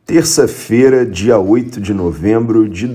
Terça-feira, dia 8 de novembro de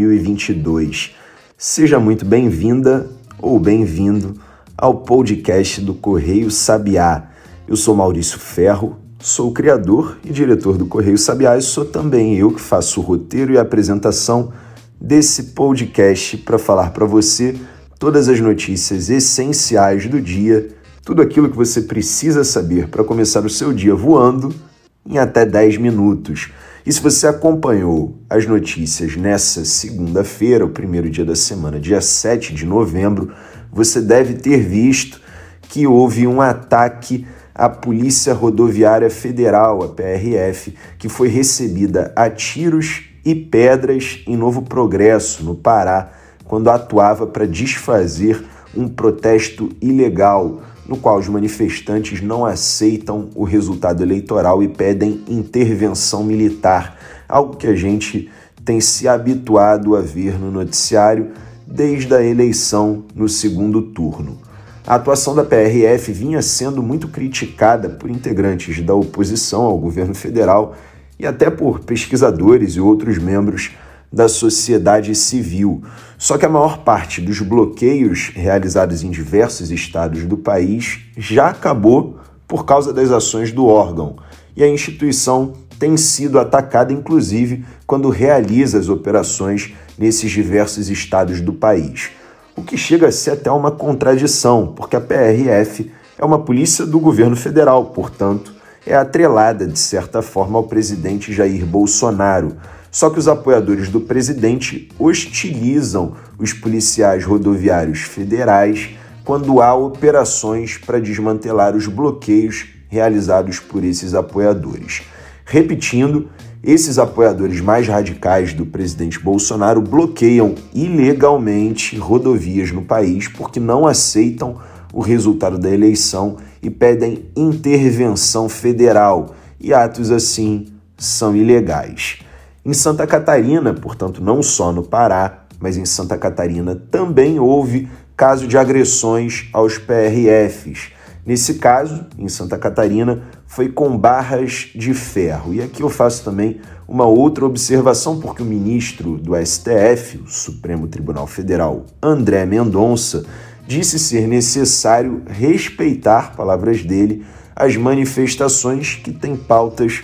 2022. Seja muito bem-vinda ou bem-vindo ao podcast do Correio Sabiá. Eu sou Maurício Ferro, sou o criador e diretor do Correio Sabiá e sou também eu que faço o roteiro e a apresentação desse podcast para falar para você todas as notícias essenciais do dia, tudo aquilo que você precisa saber para começar o seu dia voando em até 10 minutos. E se você acompanhou as notícias nessa segunda-feira, o primeiro dia da semana, dia 7 de novembro, você deve ter visto que houve um ataque à Polícia Rodoviária Federal, a PRF, que foi recebida a tiros e pedras em Novo Progresso, no Pará, quando atuava para desfazer um protesto ilegal, no qual os manifestantes não aceitam o resultado eleitoral e pedem intervenção militar, algo que a gente tem se habituado a ver no noticiário desde a eleição no segundo turno. A atuação da PRF vinha sendo muito criticada por integrantes da oposição ao governo federal e até por pesquisadores e outros membros da sociedade civil. Só que a maior parte dos bloqueios realizados em diversos estados do país já acabou por causa das ações do órgão. E a instituição tem sido atacada, inclusive, quando realiza as operações nesses diversos estados do país. O que chega a ser até uma contradição, porque a PRF é uma polícia do governo federal, portanto, é atrelada, de certa forma, ao presidente Jair Bolsonaro. Só que os apoiadores do presidente hostilizam os policiais rodoviários federais quando há operações para desmantelar os bloqueios realizados por esses apoiadores. Repetindo, esses apoiadores mais radicais do presidente Bolsonaro bloqueiam ilegalmente rodovias no país porque não aceitam o resultado da eleição e pedem intervenção federal, e atos assim são ilegais. Em Santa Catarina, portanto não só no Pará, mas em Santa Catarina também houve caso de agressões aos PRFs. Nesse caso, em Santa Catarina, foi com barras de ferro. E aqui eu faço também uma outra observação, porque o ministro do STF, o Supremo Tribunal Federal, André Mendonça, disse ser necessário respeitar, palavras dele, as manifestações que têm pautas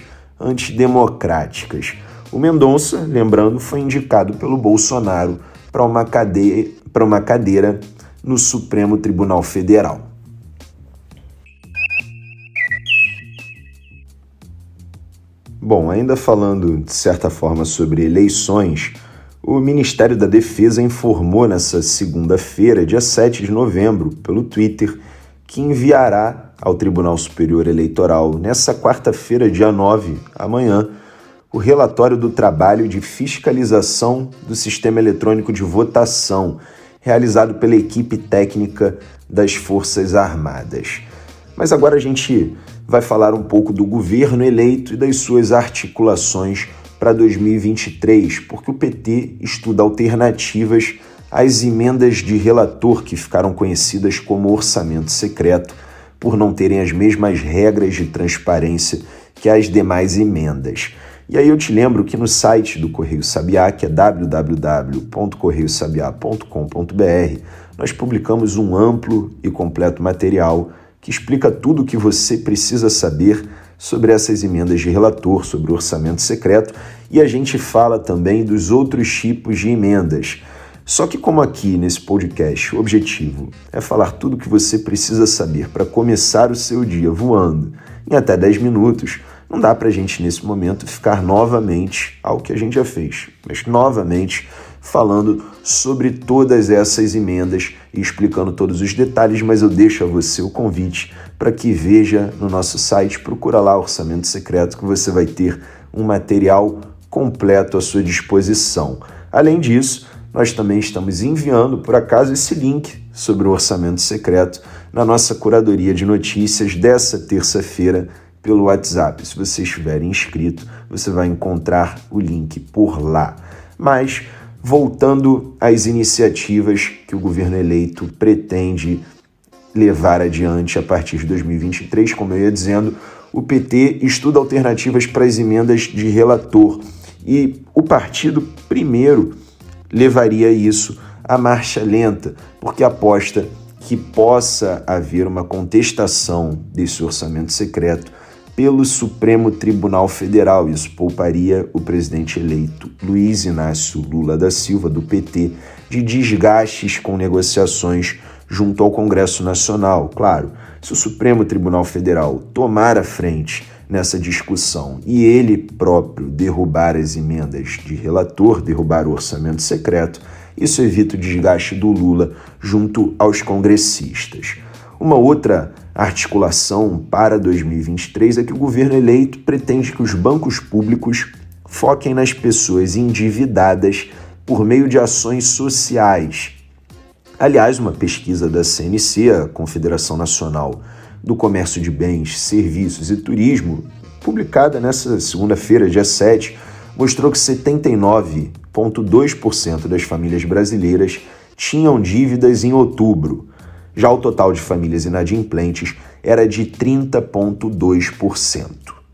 antidemocráticas. O Mendonça, lembrando, foi indicado pelo Bolsonaro para uma cadeira no Supremo Tribunal Federal. Bom, ainda falando de certa forma sobre eleições, o Ministério da Defesa informou nessa segunda-feira, dia 7 de novembro, pelo Twitter, que enviará ao Tribunal Superior Eleitoral, nessa quarta-feira, dia 9, amanhã, o relatório do trabalho de fiscalização do Sistema Eletrônico de Votação, realizado pela equipe técnica das Forças Armadas. Mas agora a gente vai falar um pouco do governo eleito e das suas articulações para 2023, porque o PT estuda alternativas às emendas de relator que ficaram conhecidas como orçamento secreto por não terem as mesmas regras de transparência que as demais emendas. E aí eu te lembro que no site do Correio Sabiá, que é www.correiosabiá.com.br, nós publicamos um amplo e completo material que explica tudo o que você precisa saber sobre essas emendas de relator, sobre o orçamento secreto, e a gente fala também dos outros tipos de emendas. Só que como aqui nesse podcast o objetivo é falar tudo o que você precisa saber para começar o seu dia voando em até 10 minutos, não dá para a gente nesse momento ficar novamente ao que a gente já fez, mas novamente falando sobre todas essas emendas e explicando todos os detalhes, mas eu deixo a você o convite para que veja no nosso site, procura lá Orçamento Secreto, que você vai ter um material completo à sua disposição. Além disso, nós também estamos enviando, por acaso, esse link sobre o Orçamento Secreto na nossa curadoria de notícias dessa terça-feira pelo WhatsApp. Se você estiver inscrito, você vai encontrar o link por lá. Mas, voltando às iniciativas que o governo eleito pretende levar adiante a partir de 2023, como eu ia dizendo, o PT estuda alternativas para as emendas de relator e o partido primeiro levaria isso à marcha lenta, porque aposta que possa haver uma contestação desse orçamento secreto pelo Supremo Tribunal Federal. Isso pouparia o presidente eleito Luiz Inácio Lula da Silva, do PT, de desgastes com negociações junto ao Congresso Nacional. Claro, se o Supremo Tribunal Federal tomar a frente nessa discussão e ele próprio derrubar as emendas de relator, derrubar o orçamento secreto, isso evita o desgaste do Lula junto aos congressistas. Uma outra articulação para 2023 é que o governo eleito pretende que os bancos públicos foquem nas pessoas endividadas por meio de ações sociais. Aliás, uma pesquisa da CNC, a Confederação Nacional do Comércio de Bens, Serviços e Turismo, publicada nessa segunda-feira, dia 7, mostrou que 79,2% das famílias brasileiras tinham dívidas em outubro. Já o total de famílias inadimplentes era de 30,2%.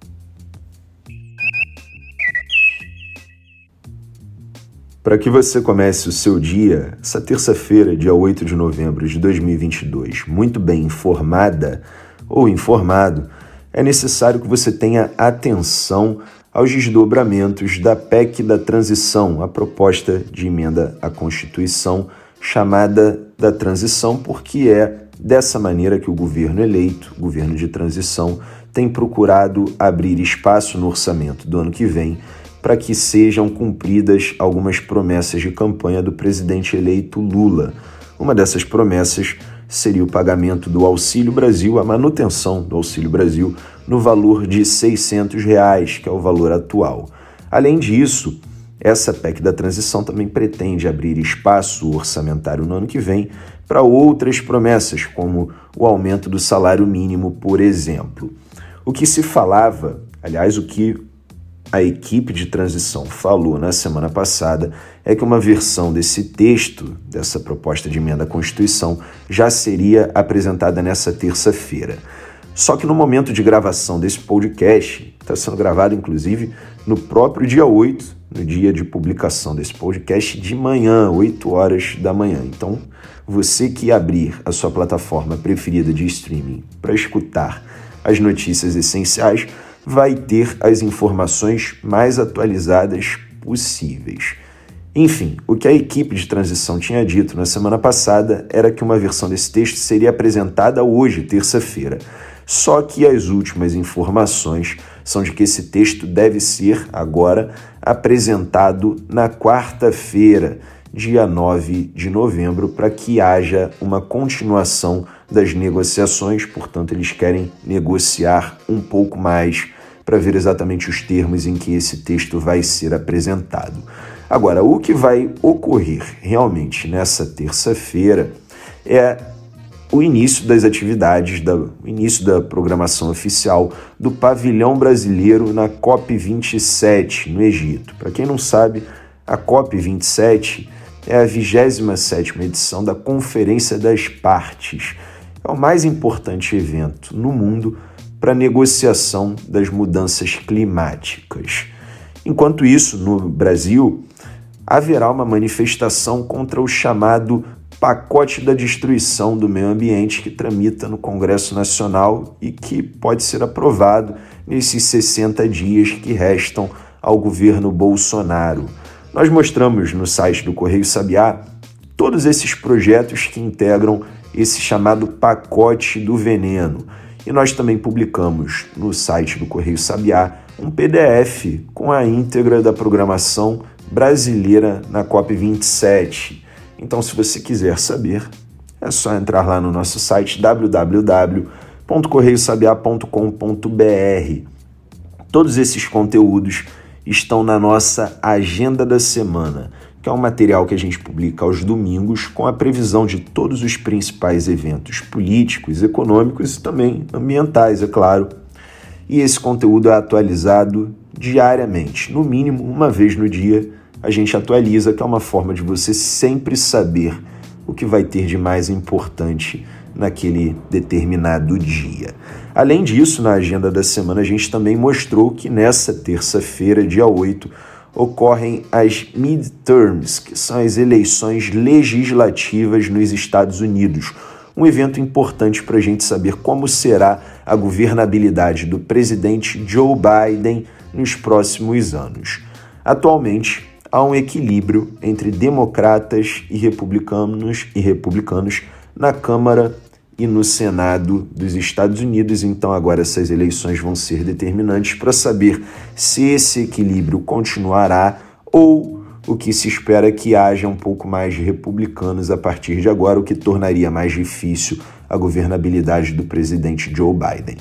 Para que você comece o seu dia, essa terça-feira, dia 8 de novembro de 2022, muito bem informada ou informado, é necessário que você tenha atenção aos desdobramentos da PEC da transição, a proposta de emenda à Constituição chamada da transição, porque é dessa maneira que o governo eleito, o governo de transição, tem procurado abrir espaço no orçamento do ano que vem para que sejam cumpridas algumas promessas de campanha do presidente eleito Lula. Uma dessas promessas seria o pagamento do Auxílio Brasil, a manutenção do Auxílio Brasil, no valor de R$ 600, que é o valor atual. Além disso, essa PEC da transição também pretende abrir espaço orçamentário no ano que vem para outras promessas, como o aumento do salário mínimo, por exemplo. O que se falava, aliás, o que a equipe de transição falou na semana passada é que uma versão desse texto, dessa proposta de emenda à Constituição, já seria apresentada nessa terça-feira. Só que no momento de gravação desse podcast, está sendo gravado inclusive no próprio dia 8, no dia de publicação desse podcast, de manhã, 8 horas da manhã. Então, você que abrir a sua plataforma preferida de streaming para escutar as notícias essenciais, vai ter as informações mais atualizadas possíveis. Enfim, o que a equipe de transição tinha dito na semana passada era que uma versão desse texto seria apresentada hoje, terça-feira. Só que as últimas informações são de que esse texto deve ser agora apresentado na quarta-feira, dia 9 de novembro, para que haja uma continuação das negociações. Portanto, eles querem negociar um pouco mais para ver exatamente os termos em que esse texto vai ser apresentado. Agora, o que vai ocorrer realmente nessa terça-feira é o início das atividades, o início da programação oficial do pavilhão brasileiro na COP27, no Egito. Para quem não sabe, a COP27 é a 27ª edição da Conferência das Partes. É o mais importante evento no mundo para a negociação das mudanças climáticas. Enquanto isso, no Brasil, haverá uma manifestação contra o chamado pacote da destruição do meio ambiente que tramita no Congresso Nacional e que pode ser aprovado nesses 60 dias que restam ao governo Bolsonaro. Nós mostramos no site do Correio Sabiá todos esses projetos que integram esse chamado pacote do veneno. E nós também publicamos no site do Correio Sabiá um PDF com a íntegra da programação brasileira na COP27. Então, se você quiser saber, é só entrar lá no nosso site www.correiosabiá.com.br. Todos esses conteúdos estão na nossa Agenda da Semana, que é um material que a gente publica aos domingos com a previsão de todos os principais eventos políticos, econômicos e também ambientais, é claro. E esse conteúdo é atualizado diariamente, no mínimo uma vez no dia. A gente atualiza, que é uma forma de você sempre saber o que vai ter de mais importante naquele determinado dia. Além disso, na agenda da semana, a gente também mostrou que nessa terça-feira, dia 8, ocorrem as midterms, que são as eleições legislativas nos Estados Unidos. Um evento importante para a gente saber como será a governabilidade do presidente Joe Biden nos próximos anos. Atualmente, há um equilíbrio entre democratas e republicanos na Câmara e no Senado dos Estados Unidos. Então agora essas eleições vão ser determinantes para saber se esse equilíbrio continuará ou o que se espera que haja um pouco mais de republicanos a partir de agora, o que tornaria mais difícil a governabilidade do presidente Joe Biden.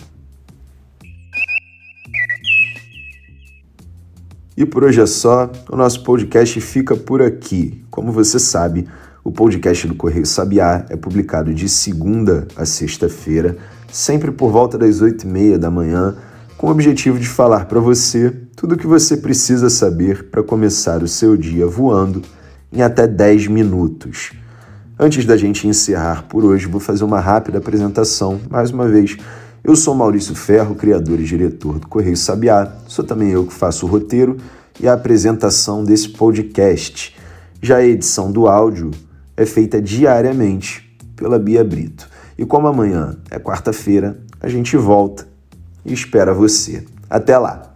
E por hoje é só, o nosso podcast fica por aqui. Como você sabe, o podcast do Correio Sabiá é publicado de segunda a sexta-feira, sempre por volta das 8h30 da manhã, com o objetivo de falar para você tudo o que você precisa saber para começar o seu dia voando em até 10 minutos. Antes da gente encerrar por hoje, vou fazer uma rápida apresentação. Mais uma vez, eu sou Maurício Ferro, criador e diretor do Correio Sabiá. Sou também eu que faço o roteiro e a apresentação desse podcast. Já a edição do áudio é feita diariamente pela Bia Brito. E como amanhã é quarta-feira, a gente volta e espera você. Até lá!